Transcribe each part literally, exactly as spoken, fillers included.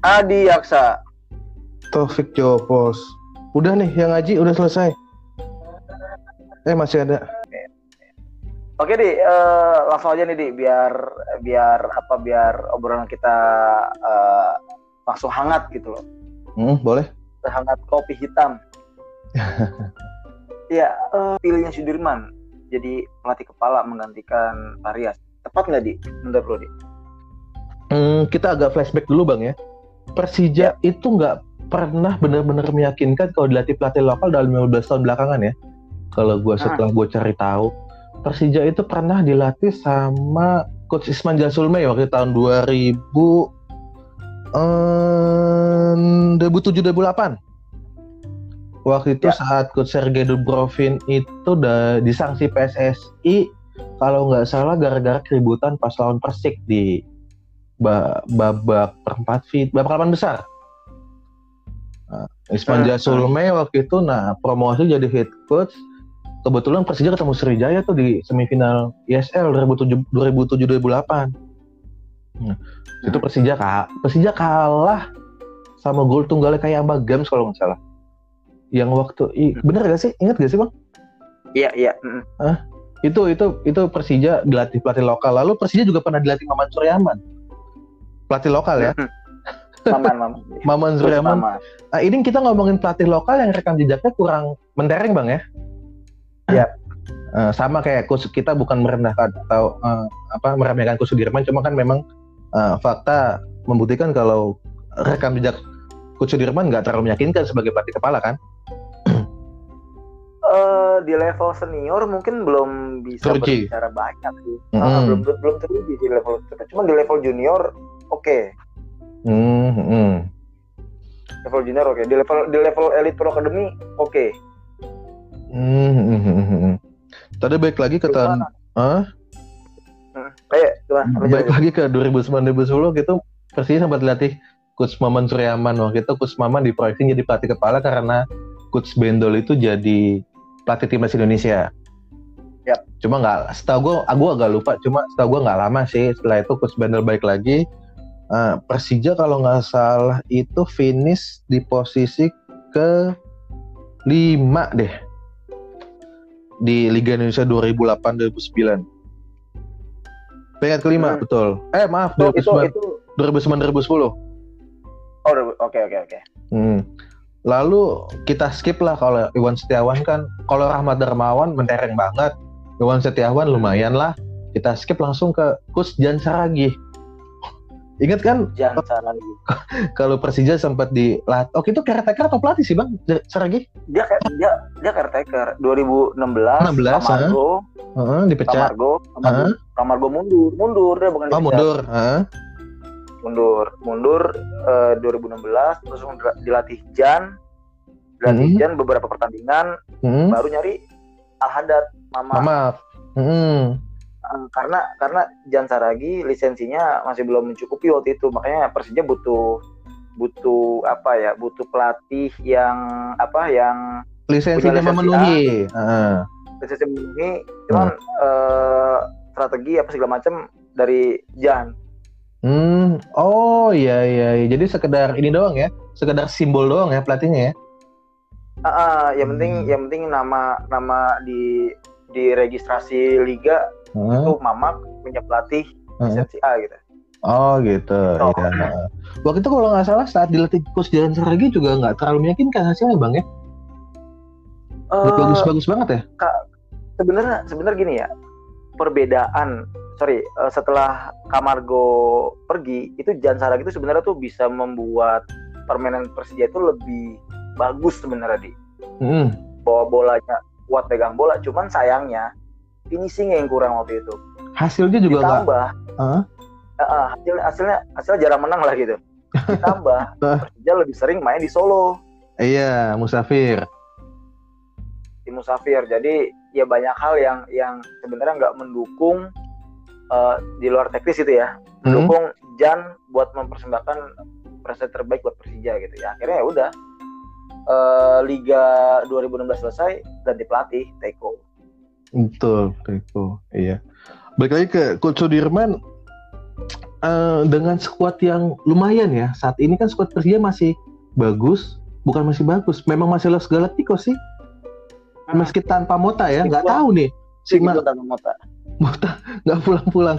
Adi Aksa. Taufik Jopos. Udah nih, yang ngaji udah selesai. Eh masih ada. Oke di, uh, langsung aja nih di, biar biar apa biar obrolan kita uh, langsung hangat gitu loh. Hmm, boleh. Hangat kopi hitam. Ya, uh, pilihnya Sudirman jadi pelatih kepala menggantikan Arias. Tepat nggak di? Menurut lo di? Hmm, kita agak flashback dulu bang ya. Persija ya. Itu nggak pernah benar-benar meyakinkan kalau dilatih pelatih lokal dalam lima belas tahun belakangan ya. Kalau gue setelah gue cari tahu, Persija itu pernah dilatih sama Coach Ismanjal Sulmay waktu tahun dua ribu tujuh dua ribu delapan. Waktu itu ya. Saat Coach Sergei Dubrovin itu udah disanksi P S S I kalau nggak salah gara-gara keributan pas lawan Persik di babak perempat fit, babak delapan besar. Nah, Ismanjal Sulmay waktu itu nah promosi jadi head coach. Kebetulan Persija ketemu Sriwijaya tuh di semifinal I S L dua ribu tujuh dua ribu delapan. Nah, hmm. Itu Persija kalah. Persija kalah sama gol tunggalnya kayak Amba Games kalau nggak salah. Yang waktu i, bener gak sih? Ingat gak sih bang? Iya iya. Ah, itu itu itu Persija dilatih pelatih lokal. Lalu Persija juga pernah dilatih Maman Suryaman, pelatih lokal ya. Maman Maman. Maman Suryaman. Nah ini kita ngomongin pelatih lokal yang rekam jejaknya kurang mentereng bang ya. Iya. Uh, sama kayak Coach kita bukan merendahkan atau uh, apa meremehkan Coach Sudirman, cuma kan memang uh, fakta membuktikan kalau rekam jejak Coach Sudirman nggak terlalu meyakinkan sebagai pelatih kepala kan. Uh, di level senior mungkin belum bisa teruji. Berbicara banyak sih. Mm-hmm. Uh, belum belum teruji di level itu. Cuma di level junior oke. Okay. Mm-hmm. Level junior oke. Okay. Di level di level Elite Pro Academy oke. Okay. Mm-hmm. Tadi balik lagi ke tahun ah? Hmm. Kayak balik lagi ke dua ribu sembilan dua ribu sepuluh gitu Persija sempat dilatih Coach Maman Suryaman. Waktu itu Coach Maman diproyeksi jadi pelatih kepala karena Coach Bendol itu jadi pelatih timnas Indonesia. Yep. Cuma nggak, setahu gue, aku agak lupa. Cuma setahu gue nggak lama sih. Setelah itu Coach Bendol balik lagi. Uh, Persija kalau nggak salah itu finish di posisi ke lima deh di Liga Indonesia dua ribu delapan dua ribu sembilan. Peringkat kelima hmm. betul. Eh maaf oh, dua ribu sembilan, itu, itu... dua ribu sembilan dua ribu sepuluh. Oh oke oke oke. Hmm. Lalu kita skip lah kalau Iwan Setiawan kan, kalau Rahmat Darmawan mentereng banget, Iwan Setiawan lumayan lah. Kita skip langsung ke Coach Jan Saragih. Ingat kan? Jan Saragih. Kalau Persija sempat dilatih. Oke itu caretaker atau pelatih sih bang Saragih? Dia dia dia caretaker dua ribu enam belas. enam belas Camargo. Uh-huh, dipecat. Camargo. Camargo, uh-huh. Camargo mundur, mundur dia bukan dipecat. Oh mundur. Uh-huh. mundur mundur uh, dua ribu enam belas terus dilatih Jan dilatih hmm. Jan beberapa pertandingan hmm. baru nyari Al-Haddad Mama, Mama. Hmm. Uh, karena karena Jan Saragih lisensinya masih belum mencukupi waktu itu, makanya Persija butuh butuh apa ya butuh pelatih yang apa yang lisensinya memenuhi uh. lisensi memenuhi cuman hmm. uh, strategi apa segala macam dari Jan. Hmm, oh iya iya, jadi sekedar ini doang ya, sekedar simbol doang ya pelatihnya ya. Ah, uh, uh, yang penting, hmm. yang penting nama nama di di registrasi liga hmm. itu Mamak punya pelatih lisensi hmm. A gitu. Oh gitu. Oh, ya. Nah. Waktu itu kalau nggak salah saat dilatih Coach Jan Saragih juga nggak terlalu meyakinkan hasilnya bang ya. Uh, bagus-bagus banget ya. Kak, sebenarnya sebenarnya gini ya, perbedaan. Sorry, uh, setelah Camargo pergi, itu Jan Saragih itu sebenarnya tuh bisa membuat permainan Persija itu lebih bagus sebenarnya di. Mm. Bawa bolanya, kuat pegang bola, cuman sayangnya finishing yang kurang waktu itu. Hasilnya juga ditambah. Uh-huh. Uh, hasil hasilnya hasilnya jarang menang lah gitu. Ditambah Persija lebih sering main di Solo. Iya, Musafir. Di Musafir. Jadi ya banyak hal yang yang sebenarnya nggak mendukung. Uh, di luar teknis itu ya, mendukung hmm. Jan buat mempersembahkan prestasi terbaik buat Persija gitu ya. Akhirnya ya udah uh, Liga dua ribu enam belas selesai ganti pelatih Teko. Betul Teko, iya. Balik lagi ke Coach Sudirman, uh, dengan skuad yang lumayan ya. Saat ini kan skuad Persija masih bagus, bukan masih bagus, memang masih Los Galacticos sih. Meski tanpa Mota ya, nggak tahu nih. Si Ma- tanpa Mota. Mota nggak pulang-pulang.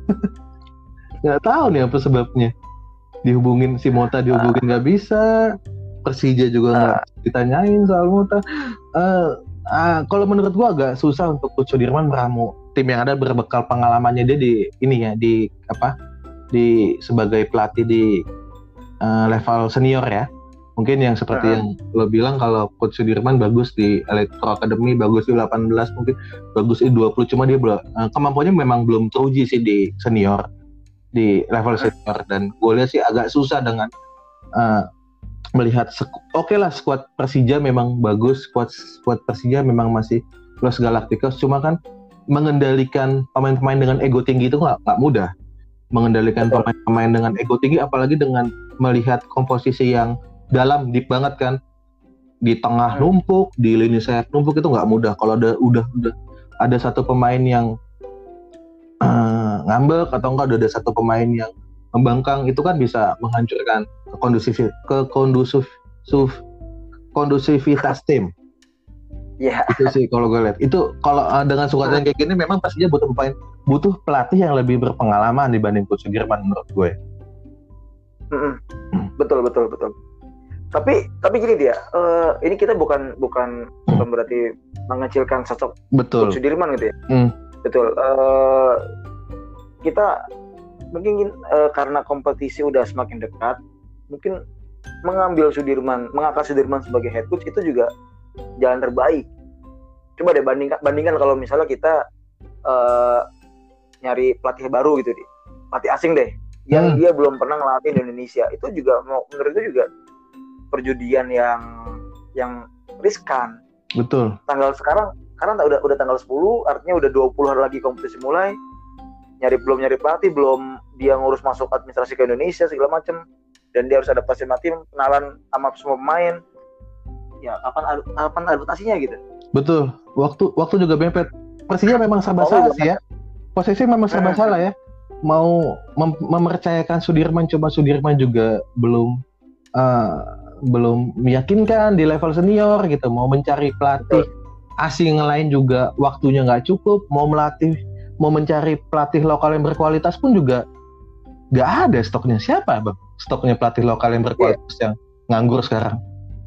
Nggak tahu nih apa sebabnya. Dihubungin si Mota, dihubungin nggak uh. bisa. Persija juga nggak uh. ditanyain soal Mota. Uh, uh, kalau menurut gua agak susah untuk Coach Sudirman meramu tim yang ada berbekal pengalamannya dia di ini ya, di apa? Di sebagai pelatih di uh, level senior ya. Mungkin yang seperti uh. yang lo bilang, kalau Coach Sudirman bagus di Elite Pro Academy, bagus di delapan belas, mungkin bagus di dua puluh, cuma dia belum uh, kemampuannya memang belum teruji sih di senior, di level senior. Dan gue lihat sih agak susah dengan uh, melihat sku- oke okay lah skuad Persija memang bagus, skuad skuad Persija memang masih Los Galacticos, cuma kan mengendalikan pemain-pemain dengan ego tinggi itu nggak nggak mudah. Mengendalikan Betul. pemain-pemain dengan ego tinggi, apalagi dengan melihat komposisi yang dalam, deep banget kan, di tengah numpuk, di lini sayap numpuk, itu nggak mudah. Kalau ada udah udah ada satu pemain yang uh, ngambek atau enggak ada satu pemain yang membangkang, itu kan bisa menghancurkan kondusif ke kondusif suf, kondusivitas tim. Iya. Yeah. Itu sih kalau gue lihat. Itu kalau uh, dengan squad yang kayak gini memang pastinya butuh pemain, butuh pelatih yang lebih berpengalaman dibanding Coach Sudirman menurut gue. Mm-mm. Betul betul betul. Tapi tapi gini dia, uh, ini kita bukan bukan bukan berarti mengecilkan sosok Betul. Coach Sudirman gitu ya. Mm. Betul. Uh, kita mungkin uh, karena kompetisi udah semakin dekat, mungkin mengambil Sudirman, mengangkat Sudirman sebagai head coach itu juga jalan terbaik. Coba deh bandingkan bandingkan kalau misalnya kita uh, nyari pelatih baru gitu deh, pelatih asing deh, yang hmm. dia belum pernah ngelatih di Indonesia, itu juga menurut itu juga perjudian yang yang riskan. Betul. Tanggal sekarang, karena udah udah tanggal sepuluh, artinya udah dua puluh hari lagi kompetisi mulai. Nyari belum nyari pelatih, belum dia ngurus masuk administrasi ke Indonesia segala macam, dan dia harus adaptasi sama tim, kenalan sama semua pemain. Ya kapan kapan adaptasinya gitu. Betul. Waktu waktu juga mepet. Persija memang serba oh, salah sih ya. Posisi memang serba hmm. salah ya. Mau mem- mempercayakan Sudirman, coba Sudirman juga belum uh, belum meyakinkan di level senior gitu. Mau mencari pelatih Betul. asing lain juga waktunya nggak cukup. Mau melatih, mau mencari pelatih lokal yang berkualitas pun juga nggak ada stoknya. Siapa bang? Stoknya pelatih lokal yang berkualitas yeah. yang nganggur sekarang.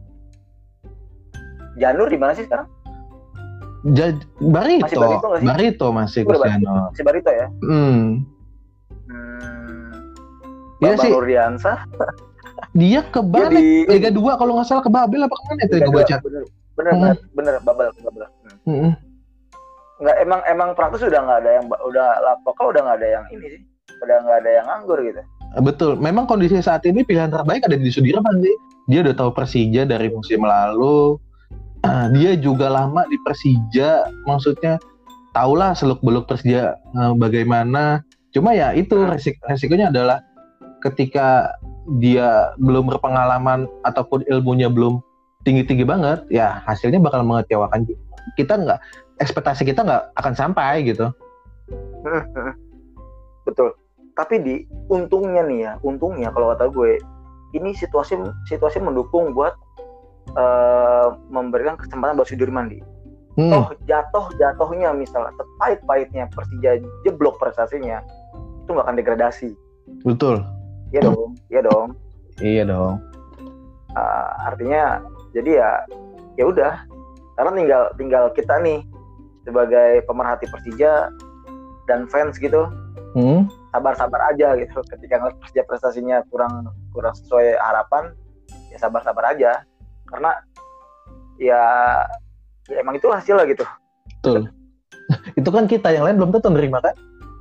Janur di mana sih sekarang? Ja- Barito. Masih Barito nggak sih? Barito masih Gus Janur. Masih Barito ya? Hmm. Hmm. Iya sih. Nurdiansah. Dia ke Babel di... Liga dua kalau nggak salah, ke Babel apa kemana itu yang gue baca? Bener, bener, hmm. bener, bener, Babel, Babel. Hmm. Hmm. Nggak, emang emang praktis udah nggak ada yang udah lokal udah nggak ada yang ini sih, udah nggak ada yang nganggur gitu. Betul, memang kondisi saat ini pilihan terbaik ada di Sudirman sih. Dia udah tahu Persija dari musim lalu. Uh, dia juga lama di Persija, maksudnya tahulah seluk-beluk Persija uh, bagaimana. Cuma ya itu resik- resikonya adalah ketika dia belum berpengalaman ataupun ilmunya belum tinggi-tinggi banget, ya hasilnya bakal mengecewakan. Kita nggak, ekspektasi kita nggak akan sampai gitu. Betul. Tapi di untungnya nih ya, untungnya kalau kata gue, ini situasi situasi mendukung buat uh, memberikan kesempatan buat Sudirman di. Hmm. Toh jatuh jatuhnya misalnya sepahit-pahitnya Persija jeblok prestasinya, itu nggak akan degradasi. Betul. Iya dong, iya dong. Iya dong. Uh, artinya jadi ya ya udah, karena tinggal tinggal kita nih sebagai pemerhati Persija dan fans gitu, hmm? sabar-sabar aja gitu. Ketika ngeliat Persija prestasinya kurang kurang sesuai harapan, ya sabar-sabar aja. Karena ya, ya emang itu hasil lah gitu. Betul. Itu kan kita, yang lain belum tentu nerima kan?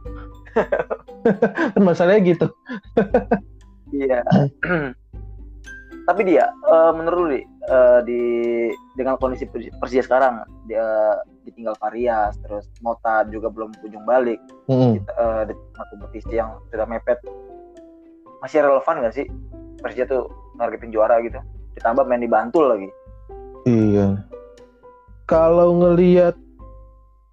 Kan masalahnya gitu. Iya. Tapi dia uh, menurut lu uh, di dengan kondisi Persija sekarang, dia ditinggal Varias, terus Mota juga belum kunjung balik, mm-hmm. kita, uh, di kompetisi yang sudah mepet, masih relevan nggak sih Persija tuh ngarepin juara gitu? Ditambah main di Bantul lagi. Iya. Kalau ngelihat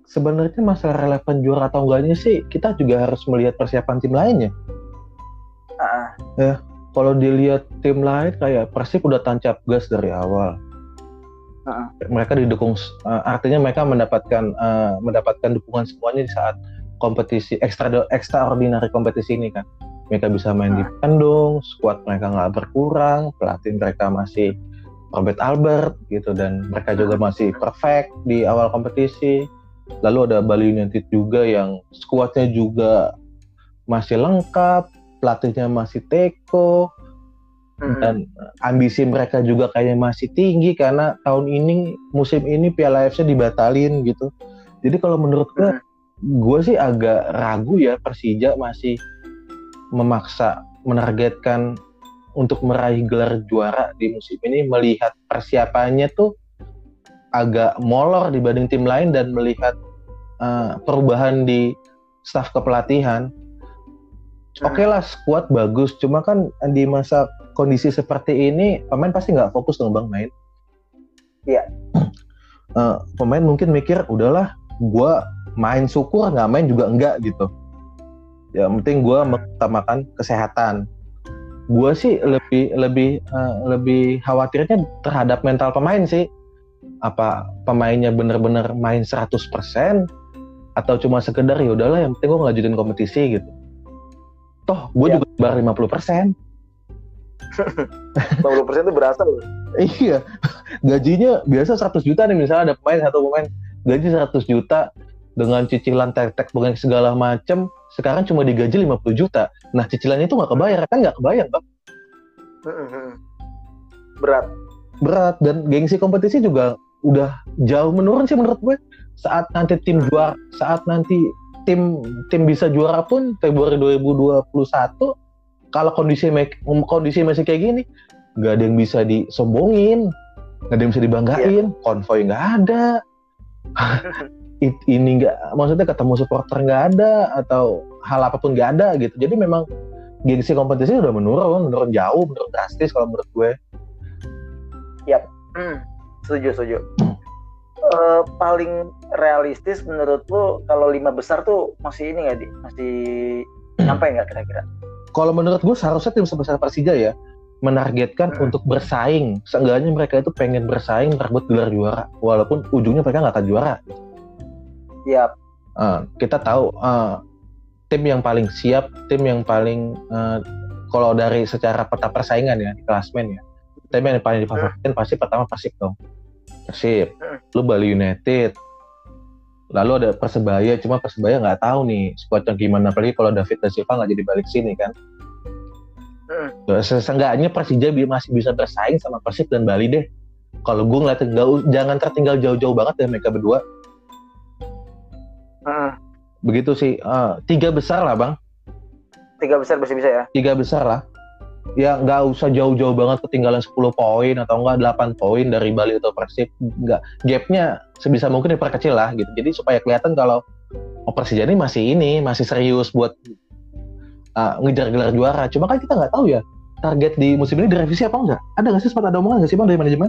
sebenarnya masalah relevan juara atau enggaknya sih kita juga harus melihat persiapan tim lainnya. Uh-uh. Ya, kalau dilihat tim lain kayak Persib udah tancap gas dari awal. Uh-uh. Mereka didukung, uh, artinya mereka mendapatkan uh, mendapatkan dukungan semuanya di saat kompetisi ekstra ekstraordinari kompetisi ini kan. Mereka bisa main uh-uh. di Bandung, skuad mereka nggak berkurang, pelatih mereka masih Robert Albert gitu, dan mereka juga masih perfect di awal kompetisi. Lalu ada Bali United juga yang skuadnya juga masih lengkap, pelatihnya masih teko, mm-hmm. dan ambisi mereka juga kayaknya masih tinggi karena tahun ini, musim ini Piala A F C dibatalin gitu. Jadi kalau menurut gue, mm-hmm. gue sih agak ragu ya Persija masih memaksa menargetkan untuk meraih gelar juara di musim ini, melihat persiapannya tuh agak molor dibanding tim lain dan melihat uh, perubahan di staf kepelatihan. Hmm. Oke okay lah, skuad bagus, cuma kan di masa kondisi seperti ini pemain pasti nggak fokus dong bang main. Iya. Uh, pemain mungkin mikir udahlah, gue main syukur, nggak main juga enggak gitu. Ya penting gue mengutamakan kesehatan. Gue sih lebih lebih uh, lebih khawatirnya terhadap mental pemain sih. Apa pemainnya benar-benar main seratus persen atau cuma sekedar ya udahlah yang penting gue ngelanjutin kompetisi gitu. Toh gue ya. juga baru lima puluh persen. lima puluh persen itu berasa loh. Iya. Gajinya biasa seratus juta nih, misalnya ada pemain satu pemain gaji seratus juta dengan cicilan tek-tek bukan segala macam, sekarang cuma digaji lima puluh juta. Nah, cicilannya itu nggak kebayar, kan nggak kebayang, Bang. Berat. Berat, dan gengsi kompetisi juga udah jauh menurun sih menurut gue. Saat nanti tim juara, saat nanti tim tim bisa juara pun Februari dua ribu dua puluh satu, kalau kondisi kondisi masih kayak gini, nggak ada yang bisa disombongin, nggak ada yang bisa dibanggain, yeah. Konvoy nggak ada. It, ini nggak, maksudnya ketemu supporter nggak ada atau hal apapun nggak ada gitu. Jadi memang gengsi kompetisi udah menurun, menurun jauh, menurun drastis kalau menurut gue. Yap, hmm, setuju setuju. Uh, paling realistis menurut lo kalau lima besar tuh masih ini nggak di, masih nyampe nggak kira-kira? Kalau menurut gue seharusnya tim sebesar Persija ya menargetkan hmm. untuk bersaing. Seenggaknya mereka itu pengen bersaing merebut gelar juara, walaupun ujungnya mereka nggak akan juara. Siap. Uh, kita tahu uh, tim yang paling siap, tim yang paling uh, kalau dari secara peta persaingan ya, klasmen ya, tim yang paling difavoritkan hmm. pasti pertama Persib dong. Persib, hmm. lalu Bali United, lalu ada Persebaya, cuma Persebaya nggak tahu nih skuadnya gimana, apalagi kalau David da Silva nggak jadi balik sini kan. Hmm. Seenggaknya Persija masih bisa bersaing sama Persib dan Bali deh. Kalau gue ngeliatin, jangan tertinggal jauh-jauh banget deh mereka berdua. Hmm. Begitu sih, uh, tiga besar lah bang. Tiga besar masih bisa ya? Tiga besar lah. Ya nggak usah jauh-jauh banget ketinggalan sepuluh poin atau enggak delapan poin dari Bali atau Persib. Nggak, gapnya sebisa mungkin diperkecil lah gitu. Jadi supaya kelihatan kalau oh, Persija ini masih ini, masih serius buat uh, ngejar gelar juara. Cuma kan kita nggak tahu ya target di musim ini direvisi apa enggak. Ada nggak sih sempat ada omongan nggak sih bang dari manajemen?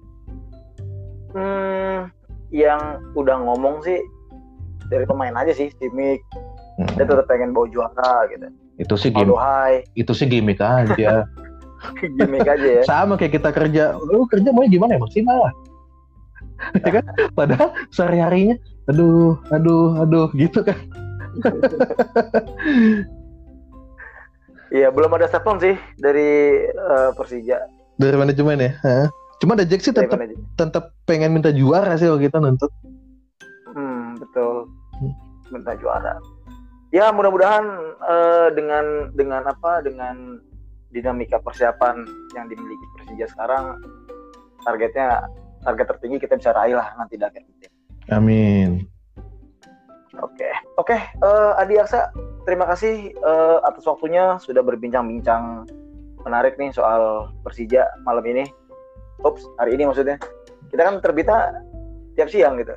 Hmm, yang udah ngomong sih dari pemain aja sih, Simic, hmm. dia tetap pengen bawa juara gitu. Itu sih gimmick. Itu sih gimmick aja. Gimmick aja ya. Sama kayak kita kerja, lu kerja mau gimana ya maksimal lah. Ya kan? Padahal sehari-harinya, aduh, aduh, aduh, gitu kan. Iya, belum ada statement sih dari uh, Persija. Dari manajemen ya. Hah? Cuma ada Jack sih tetap tetap pengen minta juara sih waktu kita nuntut. Hmm, betul. Minta juara. Ya mudah-mudahan uh, dengan dengan apa dengan dinamika persiapan yang dimiliki Persija sekarang, targetnya target tertinggi kita bisa raih lah nanti di akhir musim. Amin. Oke, oke, uh, Adi Aksa, terima kasih uh, atas waktunya sudah berbincang-bincang menarik nih soal Persija malam ini. Ups, hari ini maksudnya. Kita kan terbitnya tiap siang gitu.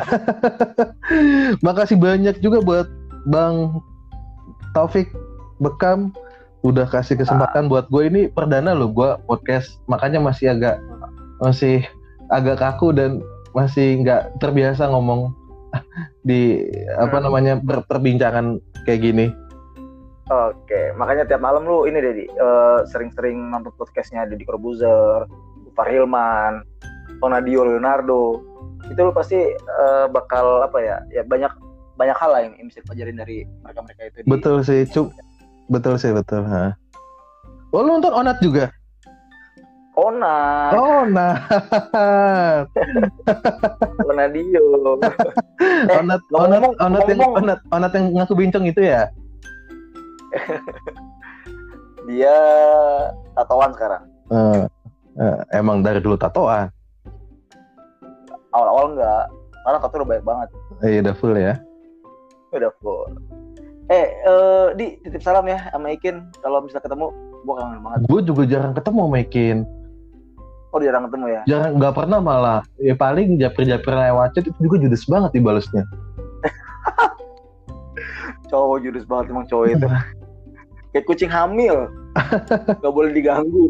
Makasih banyak juga buat Bang Taufik Bekam udah kasih kesempatan ah. buat gue. Ini perdana loh gue podcast, makanya masih agak masih agak kaku dan masih nggak terbiasa ngomong di apa Hmm. namanya ber- perbincangan kayak gini. Oke, makanya tiap malam lu ini Dedi, eh, sering-sering nonton podcastnya Deddy Corbuzier, Far Hilman, Onadio Leonardo. Itu lu pasti eh, bakal apa ya? Ya banyak banyak hal lah yang, yang bisa dipelajarin dari mereka-mereka itu di. Betul sih, Cuk. Betul sih, betul. Ha. Oh, lu nonton Onat juga? Onat, Oh, nah. Onadio. Eh, Onat, Onat, ngomong-ngomong, Onat yang ngomong-ngomong, Onat, Onat yang ngaku bincang itu ya? dia tatoan sekarang. Eh, eh, emang dari dulu tatoan. Awal-awal enggak, sekarang tato udah banyak banget. Iya, udah full ya. Udah full. Eh, eh, Di titip salam ya sama Ikin. Kalau bisa ketemu, gua kangen banget. Gue juga jarang ketemu Mekin. Oh, jarang ketemu ya? Jarang, nggak pernah malah. Ya paling japri-japri lewat chat itu juga judes banget dibalesnya. Cowok judes banget emang cowok itu. Kayak kucing hamil. Gak boleh diganggu.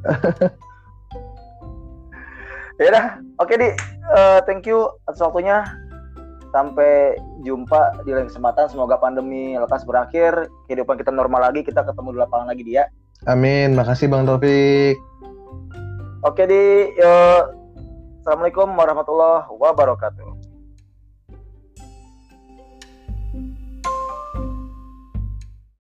Ya udah, oke Di. Eh, thank you atas waktunya. Sampai jumpa di lain kesempatan. Semoga pandemi lekas berakhir, kehidupan kita normal lagi, kita ketemu di lapangan lagi dia. Amin, makasih Bang Taufik. Oke Di, yuk. Assalamualaikum warahmatullahi wabarakatuh.